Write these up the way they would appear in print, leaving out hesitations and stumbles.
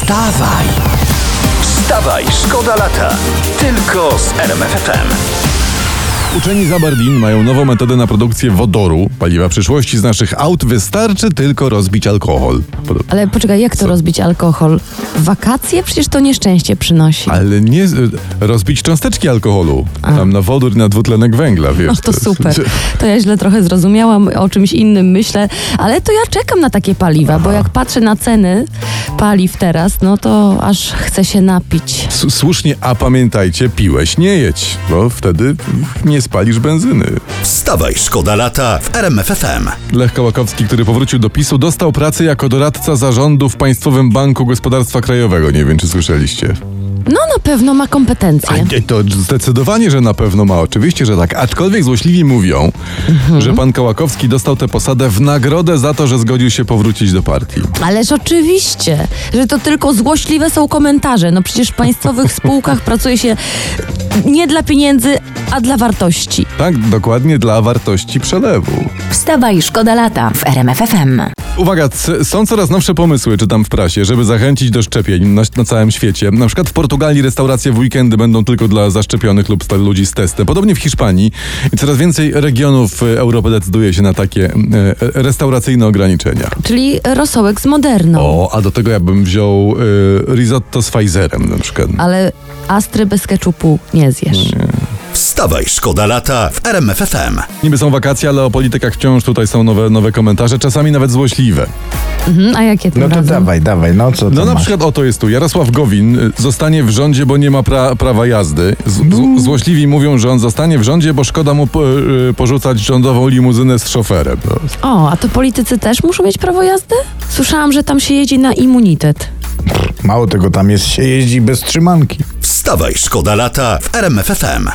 Wstawaj! Wstawaj, szkoda lata. Tylko z RMF FM. Uczeni z Aberdeen mają nową metodę na produkcję wodoru, paliwa przyszłości z naszych aut. Wystarczy tylko rozbić alkohol. Ale poczekaj, jak to rozbić alkohol? W wakacje? Przecież to nieszczęście przynosi. Ale nie rozbić cząsteczki alkoholu. Tam na wodór i na dwutlenek węgla, wiesz. No to super. To ja źle trochę zrozumiałam, o czymś innym myślę, ale to ja czekam na takie paliwa, bo jak patrzę na ceny paliw teraz, no to aż chcę się napić. Słusznie, a pamiętajcie, piłeś nie jedź, bo wtedy nie spalisz benzyny. Wstawaj, szkoda lata w RMF FM. Lech Kołakowski, który powrócił do PiS-u, dostał pracę jako doradca zarządu w Państwowym Banku Gospodarstwa Krajowego. Nie wiem, czy słyszeliście. No na pewno ma kompetencje. To zdecydowanie, że na pewno ma. Oczywiście, że tak. Aczkolwiek złośliwi mówią, że pan Kołakowski dostał tę posadę w nagrodę za to, że zgodził się powrócić do partii. Ależ oczywiście, że to tylko złośliwe są komentarze. No przecież w państwowych spółkach pracuje się nie dla pieniędzy, a dla wartości. Tak, dokładnie dla wartości przelewu. Wstawaj, szkoda lata w RMF FM. Uwaga, są coraz nowsze pomysły, czytam w prasie, żeby zachęcić do szczepień na całym świecie. Na przykład w Portugalii restauracje w weekendy będą tylko dla zaszczepionych lub ludzi z testem. Podobnie w Hiszpanii. I coraz więcej regionów Europy decyduje się na takie restauracyjne ograniczenia. Czyli rosołek z Moderną. O, a do tego ja bym wziął risotto z Pfizerem na przykład. Ale Astry bez keczupu nie zjesz. Nie. Wstawaj, szkoda lata w RMF FM. Niby są wakacje, ale o politykach wciąż tutaj są nowe komentarze, czasami nawet złośliwe. A jakie tym No to razem? dawaj, no co No to na masz? przykład oto jest tu. Jarosław Gowin zostanie w rządzie, bo nie ma prawa jazdy. Złośliwi mówią, że on zostanie w rządzie, bo szkoda mu porzucać rządową limuzynę z szoferem. O, a to politycy też muszą mieć prawo jazdy? Słyszałam, że tam się jeździ na immunitet. Mało tego, tam się jeździ bez trzymanki. Wstawaj, szkoda lata w RMF FM.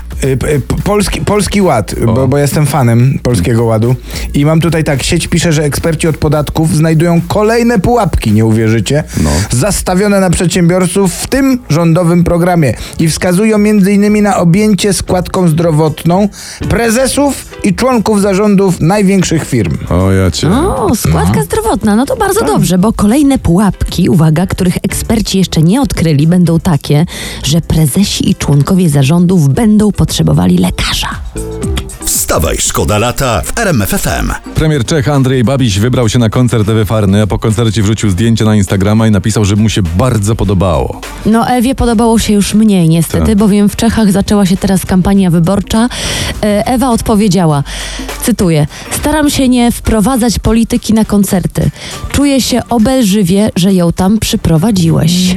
Polski Ład, bo jestem fanem Polskiego Ładu i mam tutaj tak, sieć pisze, że eksperci od podatków znajdują kolejne pułapki, nie uwierzycie, zastawione na przedsiębiorców w tym rządowym programie i wskazują m.in. na objęcie składką zdrowotną prezesów i członków zarządów największych firm. O, ja cię. O, składka zdrowotna, no to bardzo dobrze, bo kolejne pułapki, uwaga, których eksperci jeszcze nie odkryli, będą takie, że prezesi i członkowie zarządów będą potrzebowali lekarza. Wstawaj, szkoda lata w RMF FM. Premier Czech Andrzej Babiš wybrał się na koncert Ewy Farny, a po koncercie wrzucił zdjęcie na Instagrama i napisał, że mu się bardzo podobało. No Ewie podobało się już mniej niestety, bowiem w Czechach zaczęła się teraz kampania wyborcza. Ewa odpowiedziała, cytuję: staram się nie wprowadzać polityki na koncerty. Czuję się obelżywie, że ją tam przyprowadziłeś.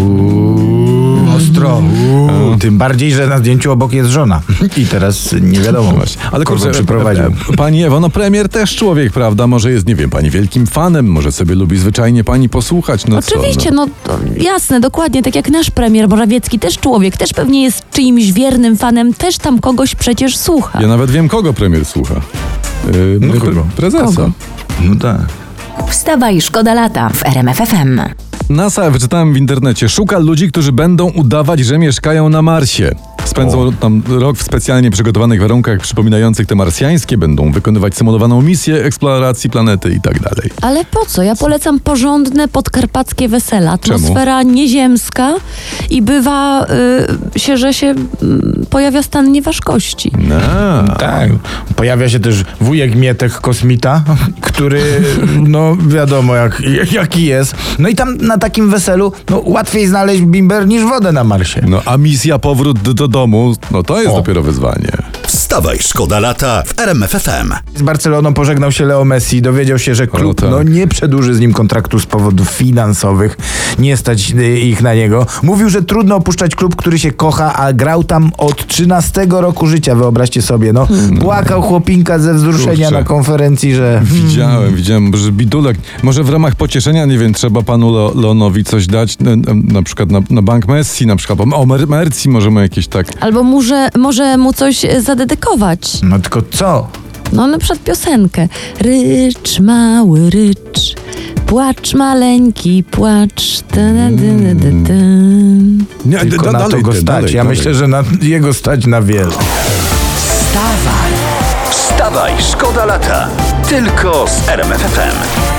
Ostro. Tym bardziej, że na zdjęciu obok jest żona. I teraz nie wiadomo, Ale kogo kurczę, przyprowadził. pani Ewo, no premier też człowiek, prawda? Może jest, nie wiem, pani wielkim fanem, może sobie lubi zwyczajnie pani posłuchać. No Oczywiście, co, no to jasne, dokładnie, tak jak nasz premier Morawiecki, też człowiek, też pewnie jest czyimś wiernym fanem, też tam kogoś przecież słucha. Ja nawet wiem, kogo premier słucha. Kogo? Prezesa. Kogo? No tak. Wstawaj, szkoda lata w RMF FM. NASA, wyczytałem w internecie, szuka ludzi, którzy będą udawać, że mieszkają na Marsie. Spędzą tam rok w specjalnie przygotowanych warunkach przypominających te marsjańskie, będą wykonywać symulowaną misję eksploracji planety i tak dalej. Ale po co? Ja polecam porządne podkarpackie wesela. Atmosfera nieziemska i bywa że się pojawia stan nieważkości. No. Tak. Pojawia się też wujek Mietek Kosmita, który no wiadomo jaki jest. No i tam na takim weselu łatwiej znaleźć bimber niż wodę na Marsie. No a misja powrót do domu, no to jest dopiero wyzwanie. Wstawaj, szkoda lata w RMF FM. Z Barceloną pożegnał się Leo Messi, dowiedział się, że klub tak. nie przedłuży z nim kontraktu z powodów finansowych, nie stać ich na niego. Mówił, że trudno opuszczać klub, który się kocha, a grał tam od 13 roku życia, wyobraźcie sobie. Płakał chłopinka ze wzruszenia na konferencji, że... Widziałem, że bidulek. Może w ramach pocieszenia, nie wiem, trzeba panu Leonowi coś dać, na przykład na bank Messi, na przykład o Merci możemy jakieś tak... Albo może mu coś zadedykować. No tylko co? No na przykład piosenkę. Rycz, mały rycz, płacz maleńki, płacz. Nie, Tylko na to go stać. Ja myślę, że na jego stać na wiele. Wstawaj, szkoda lata. Tylko z RMF FM.